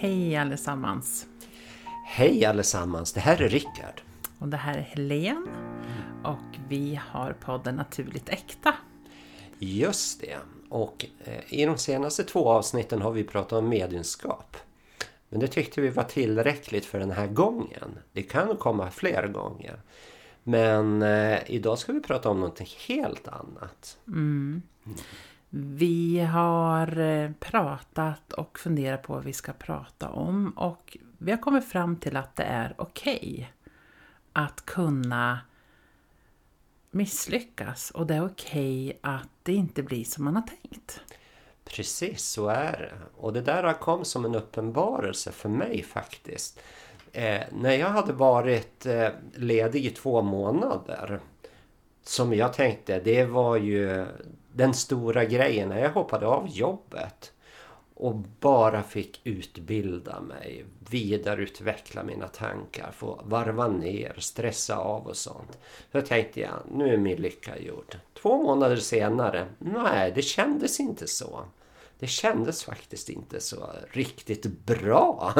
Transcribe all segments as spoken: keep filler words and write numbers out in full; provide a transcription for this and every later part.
Hej allesammans. Hej allesammans, det här är Rickard. Och det här är Helen. Och vi har podden Naturligt Äkta. Just det. Och eh, i de senaste två avsnitten har vi pratat om mediumskap. Men det tyckte vi var tillräckligt för den här gången. Det kan komma fler gånger. Men eh, idag ska vi prata om något helt annat. Mm. Vi har pratat och funderat på vad vi ska prata om. Och vi har kommit fram till att det är okej att kunna misslyckas. Och det är okej att det inte blir som man har tänkt. Precis, så är det. Och det där kom som en uppenbarelse för mig faktiskt. Eh, när jag hade varit eh, ledig i två månader. Som jag tänkte, det var ju den stora grejen när jag hoppade av jobbet. Och bara fick utbilda mig, vidareutveckla mina tankar, få varva ner, stressa av och sånt. Så tänkte jag, nu är min lycka gjord. Två månader senare, nej det kändes inte så. Det kändes faktiskt inte så riktigt bra.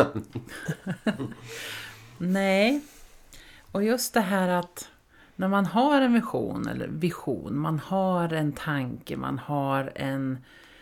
Nej, och just det här att när man har en vision eller vision, man har en tanke, man har en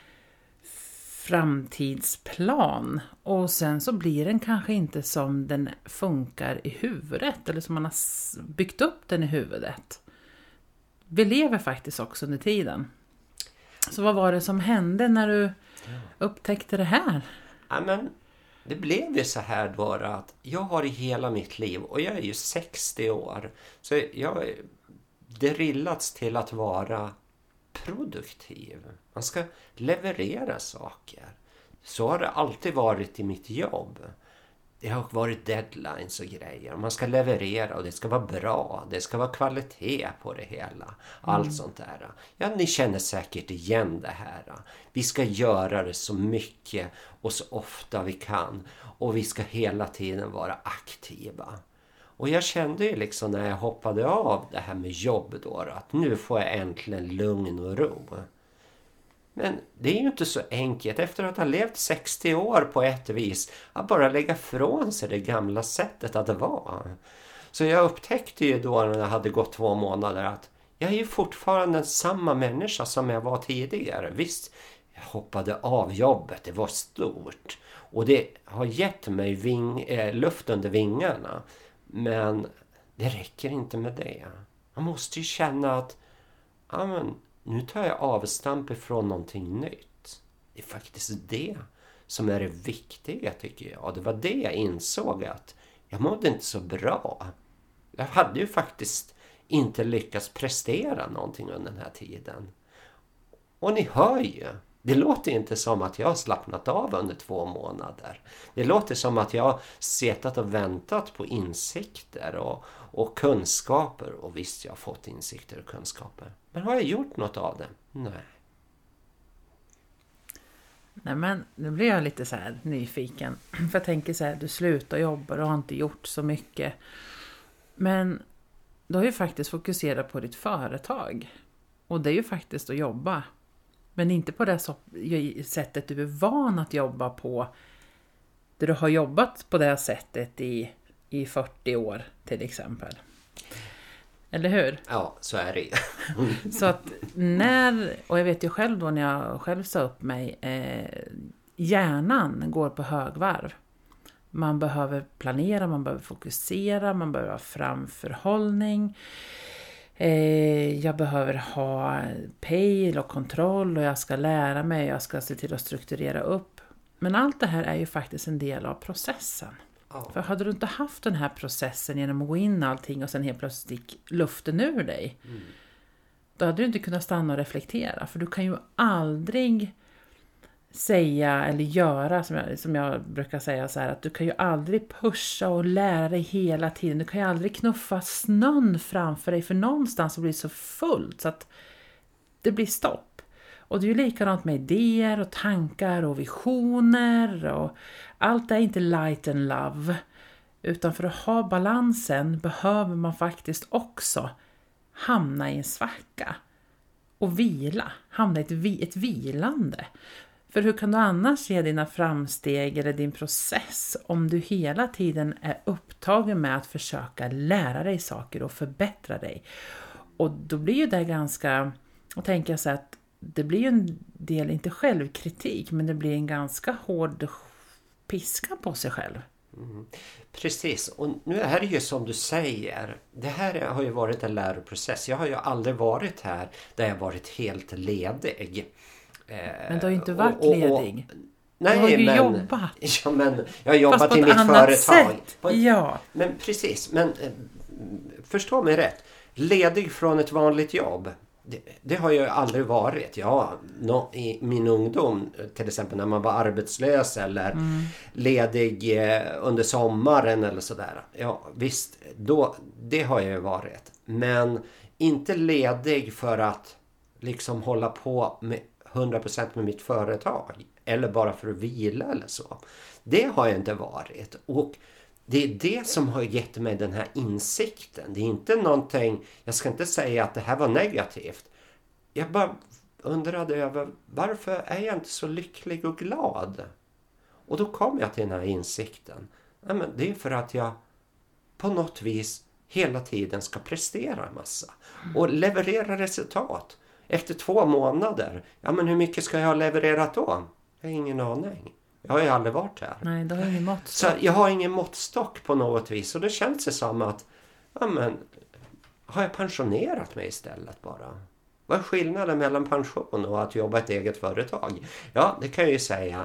framtidsplan och sen så blir den kanske inte som den funkar i huvudet eller som man har byggt upp den i huvudet. Vi lever faktiskt också under tiden. Så vad var det som hände när du upptäckte det här? Ja, men det blev ju så här då att jag har i hela mitt liv, och jag är ju sextio år, så jag har drillats till att vara produktiv. Man ska leverera saker. Så har det alltid varit i mitt jobb. Det har varit deadlines och grejer. Man ska leverera och det ska vara bra. Det ska vara kvalitet på det hela. Allt mm. sånt där. Ja, ni känner säkert igen det här. Vi ska göra det så mycket och så ofta vi kan. Och vi ska hela tiden vara aktiva. Och jag kände ju liksom när jag hoppade av det här med jobb då, att nu får jag äntligen lugn och ro. Men det är ju inte så enkelt efter att ha levt sextio år på ett vis att bara lägga från sig det gamla sättet att vara. Så jag upptäckte ju då när jag hade gått två månader att jag är ju fortfarande samma människa som jag var tidigare. Visst, jag hoppade av jobbet, det var stort. Och det har gett mig ving, eh, luft under vingarna. Men det räcker inte med det. Man måste ju känna att ja, men, nu tar jag avstamp ifrån någonting nytt. Det är faktiskt det som är det viktiga tycker jag. Det var det jag insåg att jag mådde inte så bra. Jag hade ju faktiskt inte lyckats prestera någonting under den här tiden. Och ni hör ju. Det låter inte som att jag har slappnat av under två månader. Det låter som att jag har suttit och väntat på insikter och, och kunskaper. Och visst, jag har fått insikter och kunskaper. Men har jag gjort något av det? Nej. Nej, men nu blir jag lite så här nyfiken. För jag tänker så här, du slutar jobba och har inte gjort så mycket. Men du har ju faktiskt fokuserat på ditt företag. Och det är ju faktiskt att jobba. Men inte på det sättet du är van att jobba på. Där du har jobbat på det sättet i, i fyrtio år till exempel. Eller hur? Ja, så är det. Så att när, och jag vet ju själv då när jag själv sa upp mig, eh, hjärnan går på högvarv. Man behöver planera, man behöver fokusera, man behöver ha framförhållning. Eh, jag behöver ha pejl och kontroll och jag ska lära mig, jag ska se till att strukturera upp. Men allt det här är ju faktiskt en del av processen. Oh. För hade du inte haft den här processen genom att gå in allting och sen helt plötsligt gick luften ur dig. Mm. Då hade du inte kunnat stanna och reflektera. För du kan ju aldrig säga eller göra som jag, som jag brukar säga så här, att du kan ju aldrig pusha och lära dig hela tiden. Du kan ju aldrig knuffa snön framför dig för någonstans så blir det så fullt så att det blir stopp. Och det är ju likadant med idéer och tankar och visioner och allt är inte light and love. Utan för att ha balansen behöver man faktiskt också hamna i en svacka och vila, hamna i ett, ett vilande. För hur kan du annars ge dina framsteg eller din process om du hela tiden är upptagen med att försöka lära dig saker och förbättra dig? Och då blir ju det ganska, och tänker jag så att det blir ju en del, inte självkritik, men det blir en ganska hård piska på sig själv. Mm. Precis, och nu är det ju som du säger, det här har ju varit en läroprocess. Jag har ju aldrig varit här där jag varit helt ledig. Men du har ju inte varit och, och, och, ledig. Nej, du har ju men, jobbat. Ja, men jag har jobbat i mitt företag. På ett, ja. Men precis, men förstå mig rätt. Ledig från ett vanligt jobb. Det, det har jag aldrig varit. Ja, no, i min ungdom, till exempel när man var arbetslös eller mm. ledig eh, under sommaren eller sådär. Ja, visst, då, det har jag ju varit. Men inte ledig för att liksom hålla på med hundra procent med mitt företag. Eller bara för att vila eller så. Det har jag inte varit. Och det är det som har gett mig den här insikten. Det är inte någonting, jag ska inte säga att det här var negativt. Jag bara undrade över varför är jag inte så lycklig och glad? Och då kom jag till den här insikten. Ja, men det är för att jag på något vis hela tiden ska prestera en massa. Och leverera resultat. Efter två månader, ja men hur mycket ska jag ha levererat då? Jag har ingen aning. Jag har ju aldrig varit här. Nej, det har ingen måttstock. Så jag har ingen måttstock på något vis. Och det känns det som att, ja men, har jag pensionerat mig istället bara? Vad är skillnaden mellan pension och att jobba ett eget företag? Ja, det kan jag ju säga.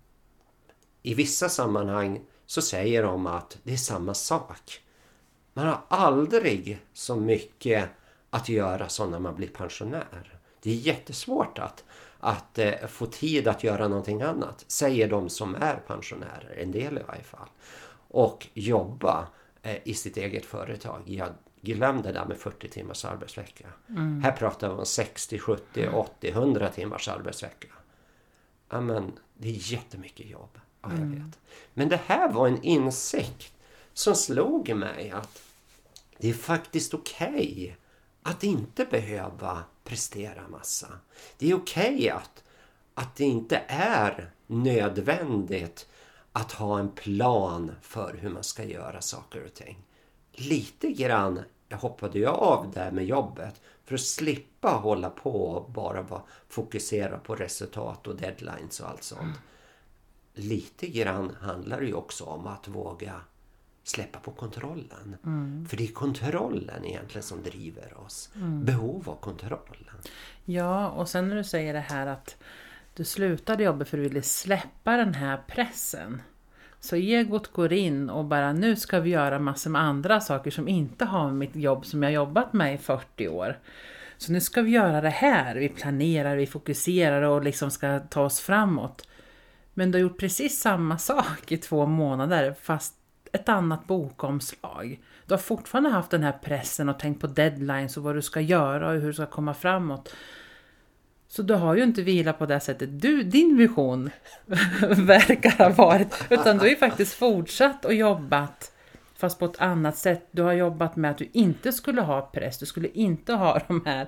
I vissa sammanhang så säger de att det är samma sak. Man har aldrig så mycket att göra som när man blir pensionär. Det är jättesvårt att, att eh, få tid att göra någonting annat. Säger de som är pensionärer, en del i varje fall. Och jobba eh, i sitt eget företag. Jag glömde det där med fyrtio timmars arbetsvecka. Mm. Här pratar vi om sextio, sjuttio, åttio, hundra timmars arbetsvecka. Ja, men det är jättemycket jobb. Ja, jag mm. vet. Men det här var en insikt som slog mig att det är faktiskt okej okay att inte behöva prestera massa. Det är okej okay att, att det inte är nödvändigt att ha en plan för hur man ska göra saker och ting. Lite grann jag hoppade jag av där med jobbet för att slippa hålla på och bara vara, fokusera på resultat och deadlines och allt sånt. Lite grann handlar det ju också om att våga släppa på kontrollen. Mm. För det är kontrollen egentligen som driver oss. Mm. Behov av kontrollen. Ja, och sen när du säger det här att du slutade jobba för att du ville släppa den här pressen. Så egot går in och bara nu ska vi göra massor med andra saker som inte har med mitt jobb som jag jobbat med i fyrtio år. Så nu ska vi göra det här. Vi planerar, vi fokuserar och liksom ska ta oss framåt. Men du har gjort precis samma sak i två månader fast ett annat bokomslag. Du har fortfarande haft den här pressen och tänkt på deadlines och vad du ska göra och hur du ska komma framåt. Så du har ju inte vilat på det sättet du, din vision verkar ha varit. Utan du har ju faktiskt fortsatt och jobbat fast på ett annat sätt. Du har jobbat med att du inte skulle ha press. Du skulle inte ha de här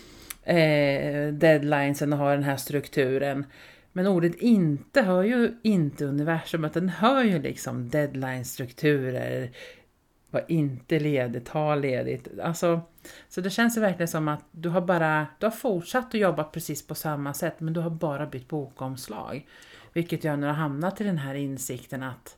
eh, deadlinesen och ha den här strukturen. Men ordet inte hör ju inte universum, utan den hör ju liksom deadline-strukturer, var inte ledigt, ha ledigt. Alltså, så det känns ju verkligen som att du har bara, du har fortsatt att jobba precis på samma sätt, men du har bara bytt bokomslag. Vilket gör när du har hamnat i den här insikten att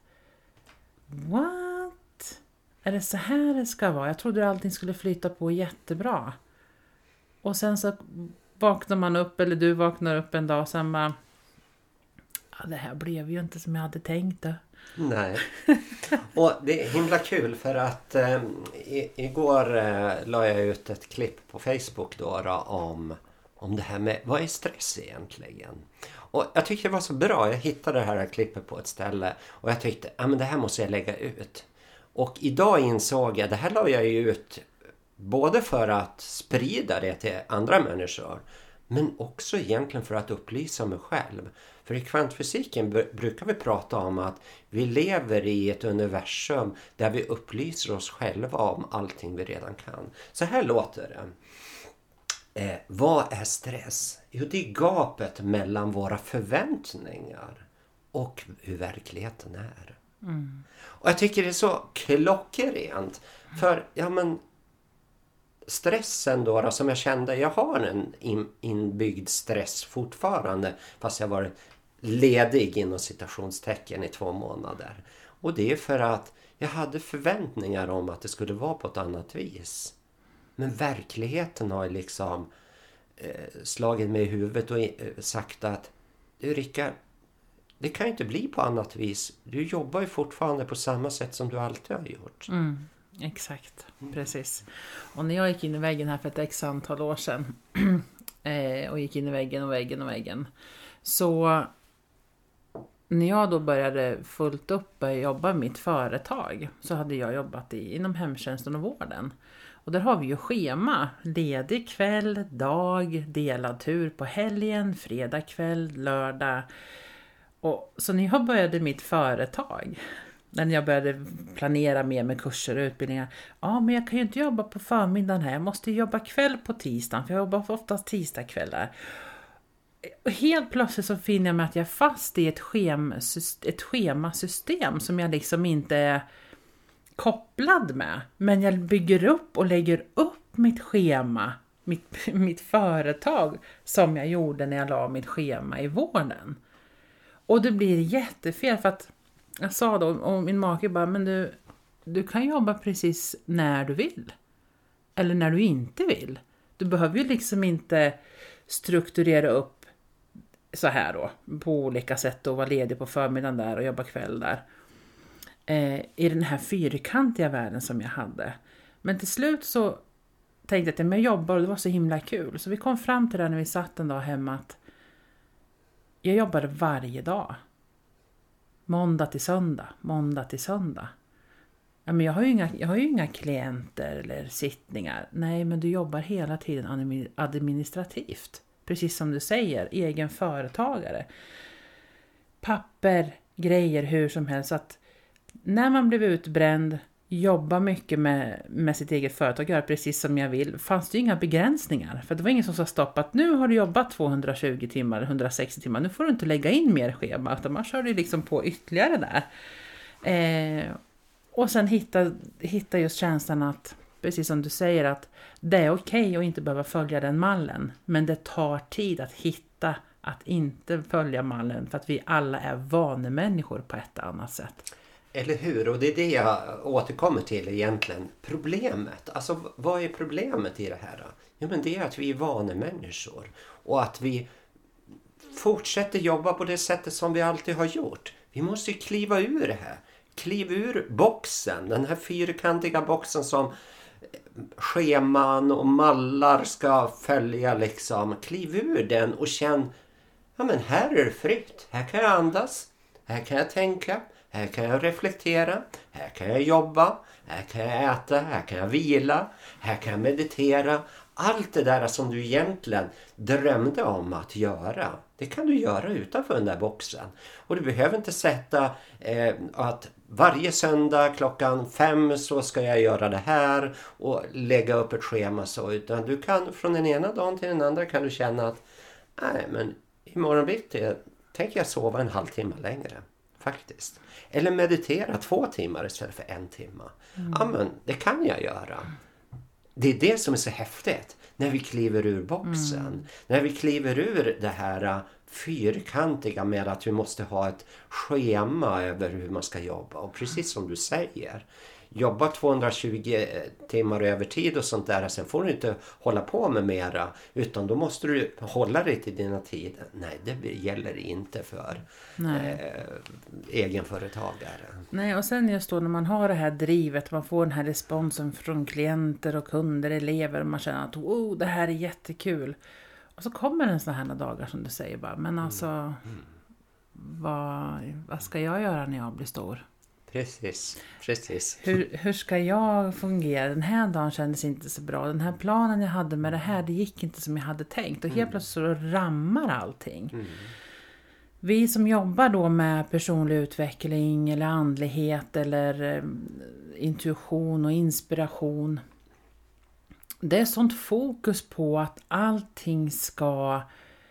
what? Är det så här det ska vara? Jag trodde att allting skulle flyta på jättebra. Och sen så vaknar man upp, eller du vaknar upp en dag och sen bara ja, det här blev ju inte som jag hade tänkt det. Nej. Och det är himla kul för att eh, i, igår eh, la jag ut ett klipp på Facebook då, då om, om det här med vad är stress egentligen. Och jag tyckte det var så bra. Jag hittade det här klippet på ett ställe och jag tyckte ja, men det här måste jag lägga ut. Och idag insåg jag, det här la jag ju ut både för att sprida det till andra människor men också egentligen för att upplysa mig själv. För i kvantfysiken brukar vi prata om att vi lever i ett universum där vi upplyser oss själva om allting vi redan kan. Så här låter det. Eh, vad är stress? Jo, det är gapet mellan våra förväntningar och hur verkligheten är. Mm. Och jag tycker det är så klockrent. För, ja men, stressen då, då som jag kände, jag har en in, inbyggd stress fortfarande. Fast jag var ledig inom citationstecken i två månader. Och det är för att jag hade förväntningar om att det skulle vara på ett annat vis. Men verkligheten har liksom eh, slagit mig i huvudet och eh, sagt att du Rickard, det kan ju inte bli på annat vis. Du jobbar ju fortfarande på samma sätt som du alltid har gjort. Mm, exakt, precis. Och när jag gick in i väggen här för ett x antal år sedan eh, och gick in i väggen och väggen och väggen. Så när jag då började fullt upp börja jobba i mitt företag så hade jag jobbat i, inom hemtjänsten och vården. Och där har vi ju schema, ledig kväll, dag, delad tur på helgen, fredag kväll, lördag. Och så när jag började mitt företag, när jag började planera mer med kurser och utbildningar. Ja, men jag kan ju inte jobba på förmiddagen här, jag måste jobba kväll på tisdagen för jag jobbar oftast tisdagskvällar. Och helt plötsligt så finner jag mig att jag är fast i ett, schem, ett schemasystem som jag liksom inte är kopplad med. Men jag bygger upp och lägger upp mitt schema, mitt, mitt företag som jag gjorde när jag la mitt schema i vården. Och det blir jättefel för att jag sa då, och min make bara, men du, du kan jobba precis när du vill. Eller när du inte vill. Du behöver ju liksom inte strukturera upp så här då, på olika sätt och vara ledig på förmiddagen där och jobba kväll där. Eh, I den här fyrkantiga världen som jag hade. Men till slut så tänkte jag att jag jobbar och det var så himla kul. Så vi kom fram till det när vi satt en dag hemma att jag jobbade varje dag. Måndag till söndag, måndag till söndag. Ja, men jag har ju inga, jag har ju inga klienter eller sittningar. Nej, men du jobbar hela tiden administrativt. Precis som du säger, egen företagare. Papper, grejer, hur som helst. Så att när man blev utbränd, jobba mycket med, med sitt eget företag, göra precis som jag vill, fanns det ju inga begränsningar. För det var ingen som sa stopp att nu har du jobbat tvåhundratjugo timmar eller hundrasextio timmar, nu får du inte lägga in mer schema. Utan man körde liksom på ytterligare där. Eh, och sen hitta, hitta just känslan att, precis som du säger, att det är okej att inte behöva följa den mallen. Men det tar tid att hitta att inte följa mallen för att vi alla är vanemänniskor på ett annat sätt. Eller hur? Och det är det jag återkommer till egentligen. Problemet. Alltså vad är problemet i det här? Jo, men det är att vi är vanemänniskor. Och att vi fortsätter jobba på det sättet som vi alltid har gjort. Vi måste ju kliva ur det här. Kliv ur boxen. Den här fyrkantiga boxen som scheman och mallar ska följa liksom. Kliv ur den och känn, ja men här är det fritt. Här kan jag andas. Här kan jag tänka. Här kan jag reflektera, här kan jag jobba, här kan jag äta, här kan jag vila, här kan jag meditera. Allt det där som du egentligen drömde om att göra, det kan du göra utanför den där boxen. Och du behöver inte sätta eh, att varje söndag klockan fem så ska jag göra det här och lägga upp ett schema så. Utan du kan från den ena dagen till den andra kan du känna att nej men imorgon bitti tänker jag sova en halvtimme längre. Faktiskt. Eller meditera två timmar istället för en timme. Mm. Ja, men det kan jag göra. Det är det som är så häftigt. När vi kliver ur boxen. Mm. När vi kliver ur det här fyrkantiga med att vi måste ha ett schema över hur man ska jobba. Och precis som du säger. Jobba tvåhundratjugo timmar över tid och sånt där. Sen får du inte hålla på med mera. Utan då måste du hålla dig till dina tider. Nej, det gäller inte för eh, egenföretagare. Nej, och sen just då när man har det här drivet. Man får den här responsen från klienter och kunder, elever. Och man känner att oh, det här är jättekul. Och så kommer en sån här dagar som du säger bara. Men alltså, mm. Mm. Vad, vad ska jag göra när jag blir stor? Precis, precis. Hur, hur ska jag fungera? Den här dagen kändes inte så bra. Den här planen jag hade med det här, det gick inte som jag hade tänkt. Och helt mm. plötsligt så rammar allting. Mm. Vi som jobbar då med personlig utveckling eller andlighet eller eh, intuition och inspiration. det är sånt fokus på att allting ska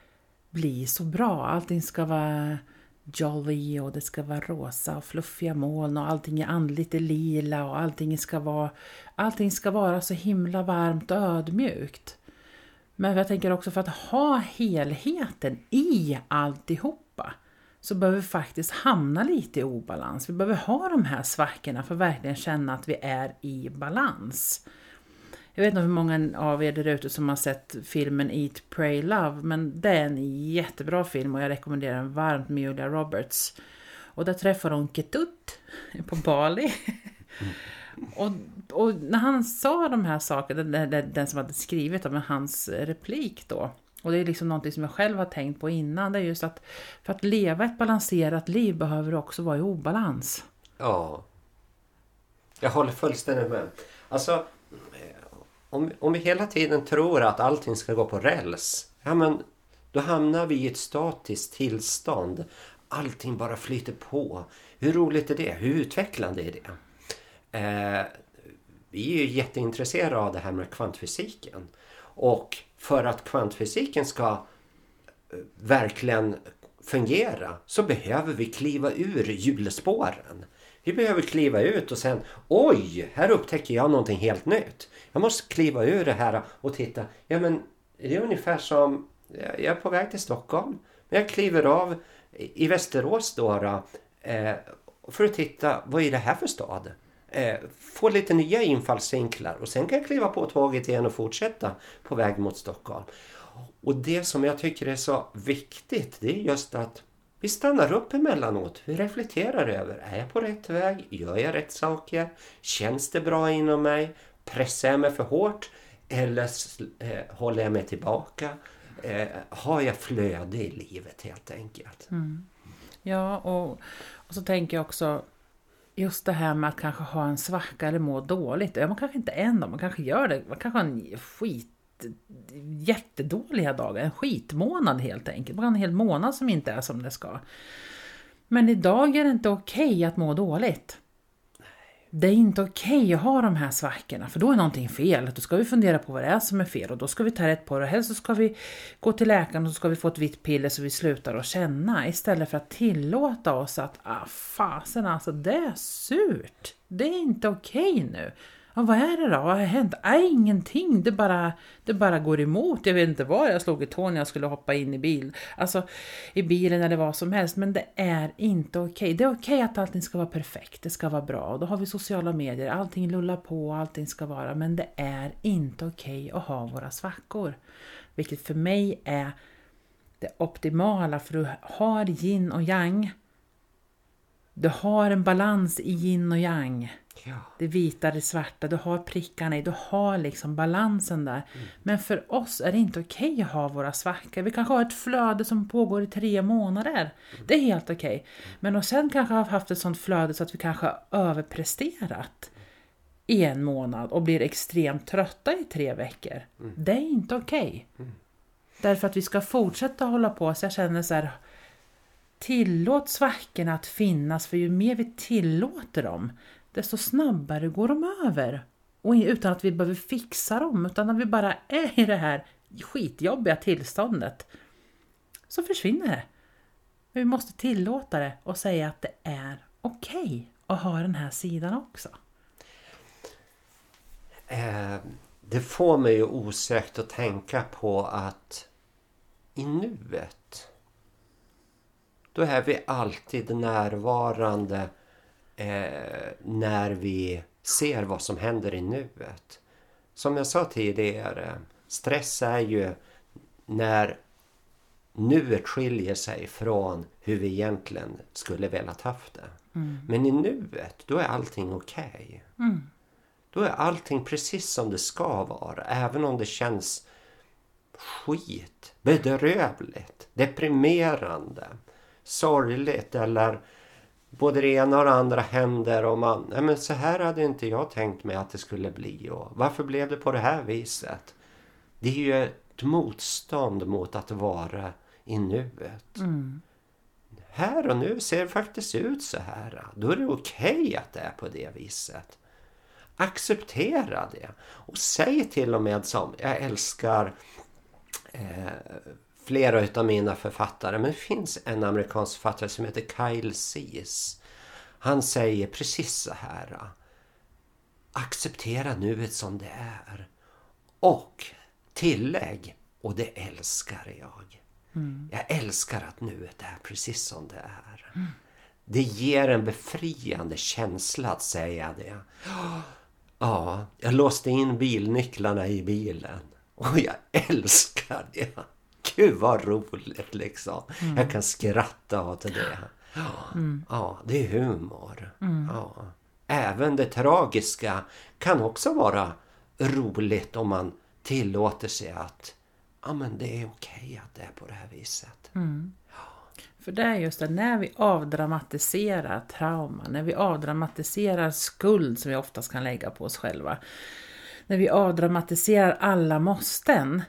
bli så bra. Allting ska vara jolly och det ska vara rosa och fluffiga moln och allting är andligt är lila och allting ska vara, allting ska vara så himla varmt och ödmjukt. Men jag tänker också för att ha helheten i alltihopa så behöver vi faktiskt hamna lite i obalans. Vi behöver ha de här svackorna för att verkligen känna att vi är i balans. Jag vet inte hur många av er där ute som har sett filmen Eat, Pray, Love. Men det är en jättebra film och jag rekommenderar den varmt med Julia Roberts. Och där träffar hon Ketut på Bali. Mm. och, och när han sa de här sakerna, den, den, den som hade skrivit om hans replik då. Och det är liksom någonting som jag själv har tänkt på innan. Det är just att för att leva ett balanserat liv behöver det också vara i obalans. Ja, jag håller fullständigt med. Alltså... Om, om vi hela tiden tror att allting ska gå på räls, ja men då hamnar vi i ett statiskt tillstånd. Allting bara flyter på. Hur roligt är det? Hur utvecklande är det? Eh, vi är ju jätteintresserade av det här med kvantfysiken. Och för att kvantfysiken ska eh, verkligen fungera så behöver vi kliva ur hjulspåren. Vi behöver kliva ut och sen, oj, här upptäcker jag någonting helt nytt. Jag måste kliva ur det här och titta. Ja, men det är ungefär som, jag är på väg till Stockholm. Men jag kliver av i Västerås då, då eh, för att titta, vad är det här för stad? Eh, få lite nya infallsvinklar och sen kan jag kliva på tåget igen och fortsätta på väg mot Stockholm. Och det som jag tycker är så viktigt, det är just att vi stannar upp emellanåt. Vi reflekterar över, är jag på rätt väg? Gör jag rätt saker? Känns det bra inom mig? Pressar jag mig för hårt? Eller eh, håller jag mig tillbaka? Eh, har jag flöde i livet helt enkelt? Mm. Ja, och, och så tänker jag också just det här med att kanske ha en svacka eller må dåligt. Ja, man kanske inte ändå, man kanske gör det. Man kanske har en skit jättedåliga dagar, en skitmånad helt enkelt. Man kan ha en hel månad som inte är som det ska. Men idag är det inte okej att må dåligt. Det är inte okej att ha de här svackorna, för då är någonting fel. Då ska vi fundera på vad det är som är fel och då ska vi ta rätt på det. Helst så ska vi gå till läkaren och så ska vi få ett vitt piller så vi slutar att känna, istället för att tillåta oss att ah fasen alltså, det är surt. Det är inte okej nu. Ja, vad är det då? Vad har hänt? Nej, ingenting. Det bara, det bara går emot. Jag vet inte vad. Jag slog i tån när jag skulle hoppa in i bil. Alltså i bilen eller vad som helst. Men det är inte okej. Det är okej att allting ska vara perfekt. Det ska vara bra. Och då har vi sociala medier. Allting lullar på. Allting ska vara. Men det är inte okej att ha våra svackor. Vilket för mig är det optimala. För du har yin och yang. Du har en balans i yin och yang. Ja. Det vita, det svarta, du har prickarna i, du har liksom balansen där. Mm. Men för oss är det inte okej att ha våra svackor. Vi kanske har ett flöde som pågår i tre månader. Mm. Det är helt okej. Men och sen kanske har haft ett sånt flöde så att vi kanske har överpresterat i en månad och blir extremt trötta i tre veckor. Mm. Det är inte okej. Mm. Därför att vi ska fortsätta hålla på. Så jag känner så här, tillåt svackorna att finnas, för ju mer vi tillåter dem, desto snabbare går de över. Och utan att vi behöver fixa dem, utan när vi bara är i det här skitjobbiga tillståndet, så försvinner det. Men vi måste tillåta det och säga att det är okej att ha den här sidan också. Eh, det får mig ju osökt att tänka på att i nuet, då är vi alltid närvarande eh, när vi ser vad som händer i nuet. Som jag sa tidigare, stress är ju när nuet skiljer sig från hur vi egentligen skulle velat haft det. Mm. Men i nuet, då är allting okej. Okay. Mm. Då är allting precis som det ska vara, även om det känns skit, bedrövligt, deprimerande, sorgligt eller både det ena och det andra händer och man, nej men så här hade inte jag tänkt mig att det skulle bli, och varför blev det på det här viset? Det är ju ett motstånd mot att vara i nuet. Mm. Här och nu ser det faktiskt ut så här. Då är det okej att det är på det viset. acceptera det. Och säg till och med som, jag älskar eh, flera utav mina författare, men det finns en amerikansk författare som heter Kyle Cease. Han säger precis så här: acceptera nuet som det är. Och tillägg, och det älskar jag. Mm. Jag älskar att nuet är precis som det är. Mm. Det ger en befriande känsla att säga det. Ja, jag låste in bilnycklarna i bilen. Och jag älskar det. Gud vad roligt liksom. Mm. Jag kan skratta åt det. Mm. Ja, det är humor. Mm. Ja. Även det tragiska kan också vara roligt om man tillåter sig att ja, men det är okej att det är på det här viset. Mm. Ja. För det är just det, när vi avdramatiserar trauma, när vi avdramatiserar skuld som vi oftast kan lägga på oss själva, när vi avdramatiserar alla måsten,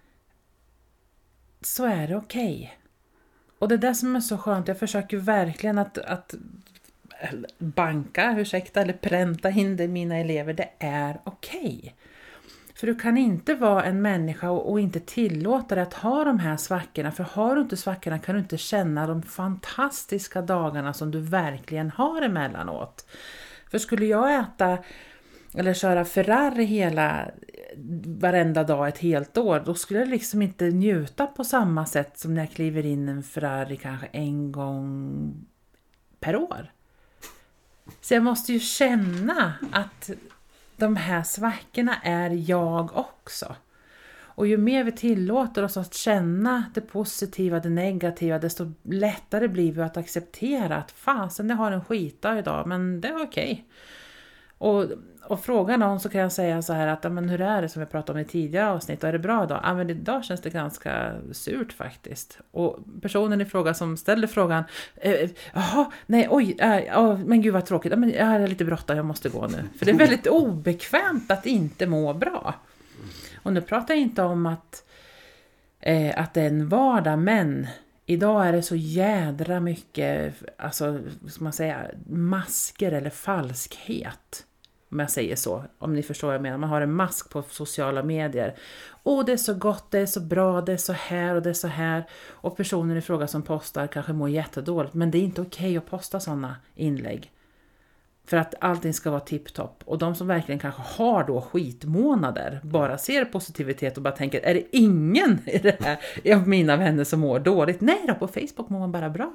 så är det okej. Och det är det som är så skönt. Jag försöker verkligen att, att banka, ursäkta, eller pränta in det i mina elever. Det är okej. För du kan inte vara en människa och, och inte tillåta dig att ha de här svackorna. För har du inte svackorna kan du inte känna de fantastiska dagarna som du verkligen har emellanåt. För skulle jag äta eller köra Ferrari hela varenda dag ett helt år, då skulle jag liksom inte njuta på samma sätt som när jag kliver in en Ferrari kanske en gång per år. Så jag måste ju känna att de här svackorna är jag också. Och ju mer vi tillåter oss att känna det positiva, det negativa, desto lättare blir vi att acceptera att fasen, jag har en skitdag idag, men det är okej. Och, och fråga någon så kan jag säga så här att men hur är det som vi pratade om i tidigare avsnitt, och är det bra idag? Ja, men idag känns det ganska surt faktiskt. Och personen i fråga som ställde frågan, jaha, eh, nej, oj, eh, oh, men gud vad tråkigt, men jag är lite bråttom, jag måste gå nu. För det är väldigt obekvämt att inte må bra. Och nu pratar jag inte om att, eh, att det är en vardag, men idag är det så jädra mycket, alltså, ska man säga, masker eller falskhet. Om jag säger så, om ni förstår vad jag menar. Man har en mask på sociala medier. Åh, det är så gott, det är så bra, det är så här och det är så här. Och personer i fråga som postar kanske mår jättedåligt. Men det är inte okej att posta sådana inlägg. För att allting ska vara tipptopp. Och de som verkligen kanske har då skitmånader bara ser positivitet och bara tänker, är det ingen i det här av mina vänner som mår dåligt? Nej då, på Facebook mår man bara bra.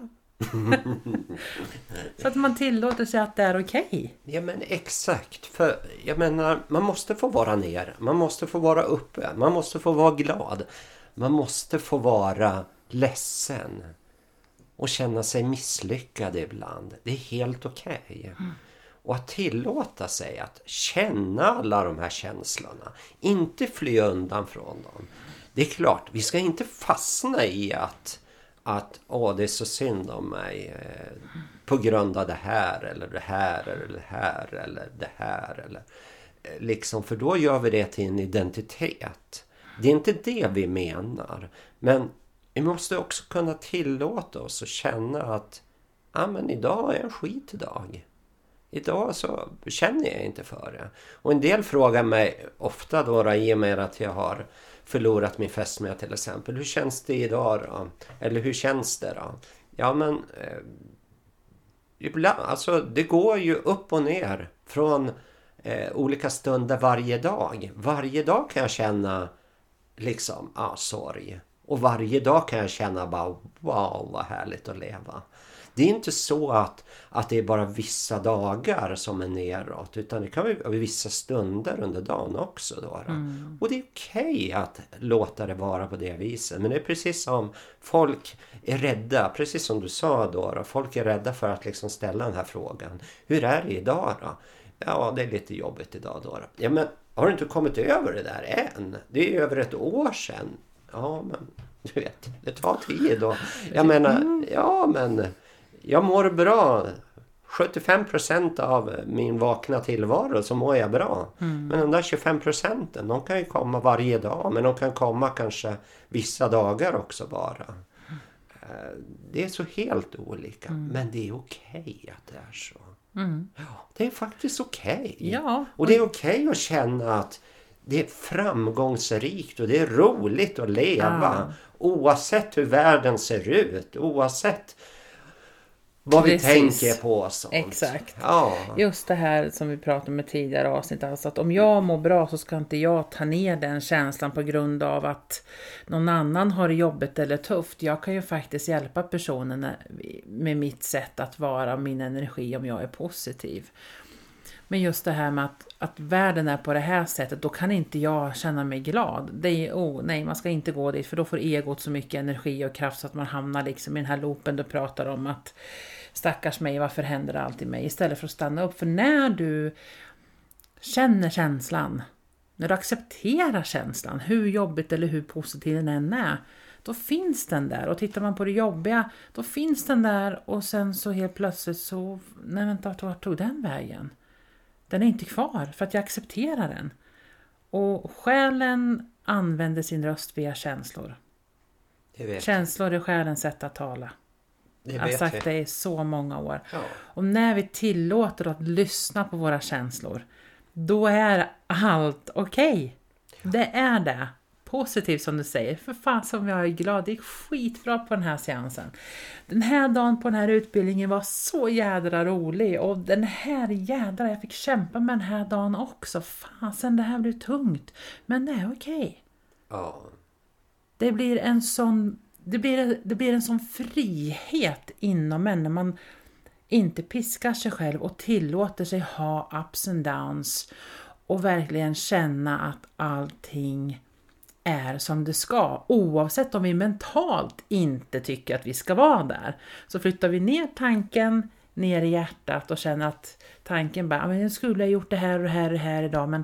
Så att man tillåter sig att det är okej. Okay. Ja, men exakt. För jag menar, man måste få vara ner. Man måste få vara uppe. Man måste få vara glad. Man måste få vara ledsen. Och känna sig misslyckad ibland. Det är helt okej. Okay. Mm. Och att tillåta sig att känna alla de här känslorna. Inte fly undan från dem. Det är klart, vi ska inte fastna i att att åh, det är så synd om mig eh, på grund av det här eller det här eller det här eller det här eller eh, liksom, för då gör vi det till en identitet. Det är inte det vi menar, men vi måste också kunna tillåta oss och känna att ja, men idag är en skitdag. Idag så känner jag inte för det. Och en del frågar mig ofta då, då i och med att jag har förlorat min fästmö till exempel. Hur känns det idag då? Eller hur känns det då? Ja, men eh, ibland, alltså det går ju upp och ner från eh, olika stunder varje dag. Varje dag kan jag känna liksom, ja, ah, sorg. Och varje dag kan jag känna bara, wow, vad härligt att leva. Det är inte så att, att det är bara vissa dagar som är neråt, utan det kan vara vissa stunder under dagen också. Då, då. Mm. Och det är okej att låta det vara på det viset. Men det är precis som folk är rädda, precis som du sa då, då folk är rädda för att liksom ställa den här frågan. Hur är det idag då? Ja, det är lite jobbigt idag då. då. Ja, men har du inte kommit över det där än? Det är över ett år sedan. Ja, men du vet, det tar tid då. Jag menar, ja men jag mår bra. sjuttiofem procent av min vakna tillvaro så mår jag bra. Mm. Men de där tjugofem procenten, de kan ju komma varje dag. Men de kan komma kanske vissa dagar också bara. Mm. Det är så helt olika. Mm. Men det är okej att det är så. Mm. Det är faktiskt okej. Okay. Ja. Och det är okej okay att känna att det är framgångsrikt och det är roligt att leva. Ja. Oavsett hur världen ser ut. Oavsett vad Precis. vi tänker på. Och sånt. Exakt. Ja. Just det här som vi pratade om i tidigare avsnitt. Alltså att om jag mår bra så ska inte jag ta ner den känslan på grund av att någon annan har det jobbigt eller tufft. Jag kan ju faktiskt hjälpa personen med mitt sätt att vara, min energi, om jag är positiv. Men just det här med att, att världen är på det här sättet, då kan inte jag känna mig glad. Det är, oh, nej, man ska inte gå dit, för då får egot så mycket energi och kraft så att man hamnar liksom i den här loopen du pratar om, att stackars mig, varför händer det alltid mig? Istället för att stanna upp. För när du känner känslan, när du accepterar känslan, hur jobbigt eller hur positiv den än är, då finns den där. Och tittar man på det jobbiga, då finns den där, och sen så helt plötsligt så, nej vänta, vart tog den vägen? Den är inte kvar för att jag accepterar den. Och själen använder sin röst via känslor. Känslor är själens sätt att tala. Det jag har sagt jag. det i så många år. Ja. Och när vi tillåter att lyssna på våra känslor, då är allt okej. Okay. Ja. Det är det. Positivt som du säger. För fan som jag är glad. Det gick skitbra på den här seansen. Den här dagen på den här utbildningen var så jädra rolig. Och den här jädra, jag fick kämpa med den här dagen också. Fan, sen det här blev tungt. Men det är okej. Okay. Ja. Det blir en sån, det blir, det blir en sån frihet inom en när man inte piskar sig själv och tillåter sig ha ups and downs. Och verkligen känna att allting är som det ska. Oavsett om vi mentalt inte tycker att vi ska vara där. Så flyttar vi ner tanken ner i hjärtat och känner att tanken bara, men jag skulle ha gjort det här och det här och det här idag, men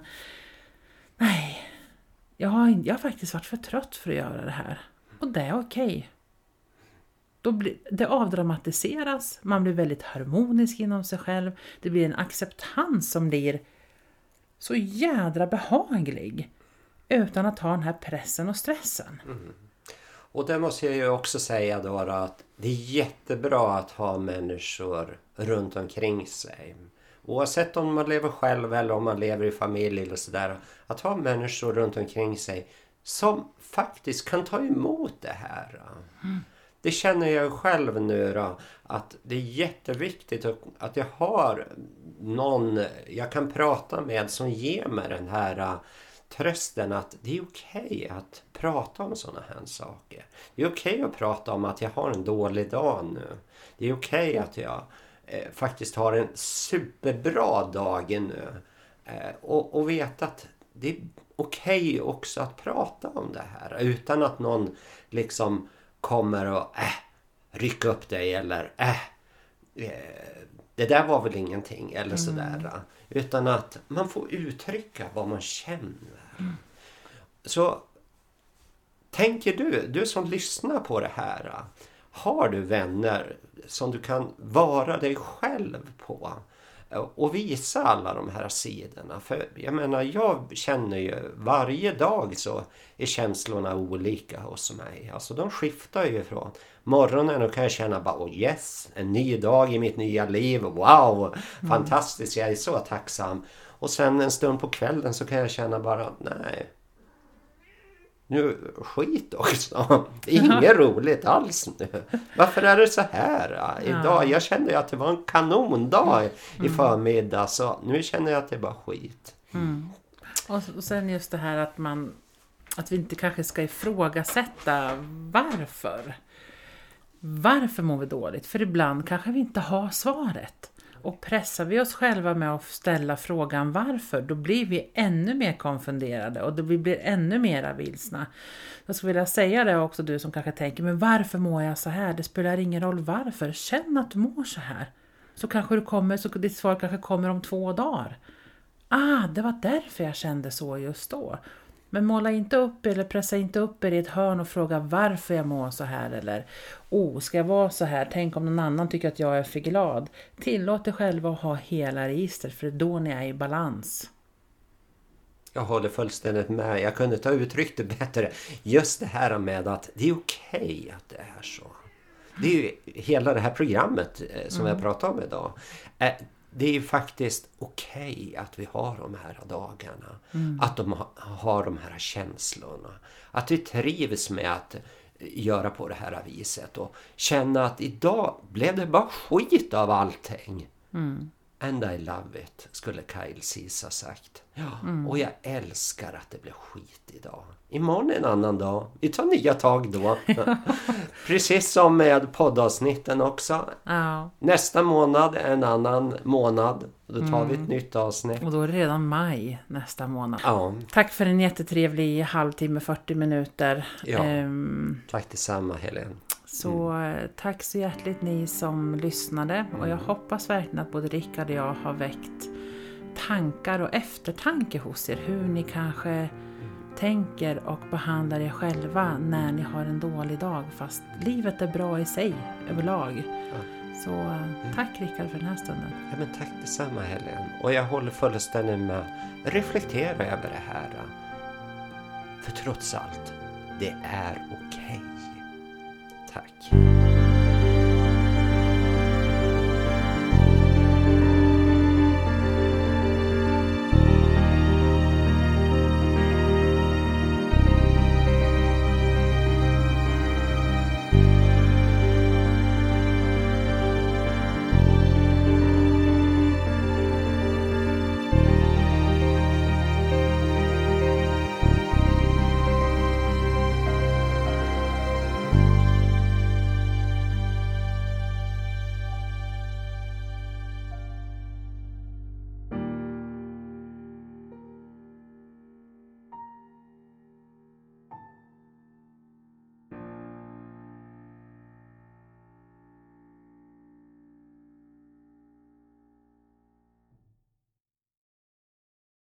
nej, jag har, jag har faktiskt varit för trött för att göra det här. Och det är okej. Då blir, det avdramatiseras, man blir väldigt harmonisk inom sig själv. Det blir en acceptans som blir så jädra behaglig. Utan att ha den här pressen och stressen. Mm. Och det måste jag ju också säga då, att det är jättebra att ha människor runt omkring sig. Oavsett om man lever själv eller om man lever i familj eller sådär. Att ha människor runt omkring sig som faktiskt kan ta emot det här. Mm. Det känner jag själv nu då, att det är jätteviktigt att jag har någon jag kan prata med som ger mig den här trösten att det är okej att prata om sådana här saker. Det är okej att prata om att jag har en dålig dag nu. Det är okej att jag eh, faktiskt har en superbra dag nu. Eh, och, och veta att det är okej också att prata om det här. Utan att någon liksom kommer och äh, rycka upp dig eller äh, eh, det där var väl ingenting eller mm. sådär. Utan att man får uttrycka vad man känner. Mm. Så tänker du, du som lyssnar på det här, har du vänner som du kan vara dig själv på och visa alla de här sidorna? För jag menar, jag känner ju varje dag så är känslorna olika hos mig. Alltså de skiftar ju från morgonen och kan jag känna bara, oh yes, en ny dag i mitt nya liv, wow, mm. fantastiskt, jag är så tacksam. Och sen en stund på kvällen så kan jag känna bara, nej, nu skit också. Det är inget roligt alls nu. Varför är det så här idag? Jag kände ju att det var en kanondag i förmiddag, så nu känner jag att det är bara skit. Mm. Och sen just det här att man, att vi inte kanske ska ifrågasätta varför. Varför mår vi dåligt? För ibland kanske vi inte har svaret. Och pressar vi oss själva med att ställa frågan varför, då blir vi ännu mer konfunderade och då blir vi ännu mer vilsna. Jag skulle vilja säga det också, du som kanske tänker, men varför mår jag så här? Det spelar ingen roll varför. Känn att du mår så här. Så kanske du kommer, så ditt svar kanske kommer om två dagar. Ah, det var därför jag kände så just då. Men måla inte upp eller pressa inte upp er i ett hörn och fråga varför jag mår så här. Eller, oh, ska jag vara så här? Tänk om någon annan tycker att jag är för glad. Tillåt dig själv att ha hela register, för det är då ni är i balans. Jag håller fullständigt med. Jag kunde ta uttryckt det bättre. Just det här med att det är okej att det är så. Det är ju hela det här programmet som mm. jag pratar om idag. det är ju faktiskt okej okay att vi har de här dagarna. Mm. Att de ha, har de här känslorna. Att vi trivs med att göra på det här viset. Och känna att idag blev det bara skit av allting. Mm. And I love it, skulle Kyle Cease ha sagt. Ja, mm. Och jag älskar att det blir skit idag. Imorgon är en annan dag. Vi tar nya tag då. Precis som med poddavsnitten också. Ja. Nästa månad är en annan månad. Då tar mm. vi ett nytt avsnitt. Och då är det redan maj nästa månad. Ja. Tack för en jättetrevlig halvtimme, fyrtio minuter. Ja. Ehm, tack detsamma, Helene. Så mm. tack så hjärtligt ni som lyssnade. Mm. Och jag hoppas verkligen att både Rickard och jag har väckt tankar och eftertanke hos er. Hur ni kanske mm. tänker och behandlar er själva när ni har en dålig dag. Fast livet är bra i sig överlag. Ja. Så mm. tack Rickard för den här stunden. Ja, men tack detsamma, Helene. Och jag håller fullständigt med. Reflektera över det här. För trots allt, det är okej. Tack.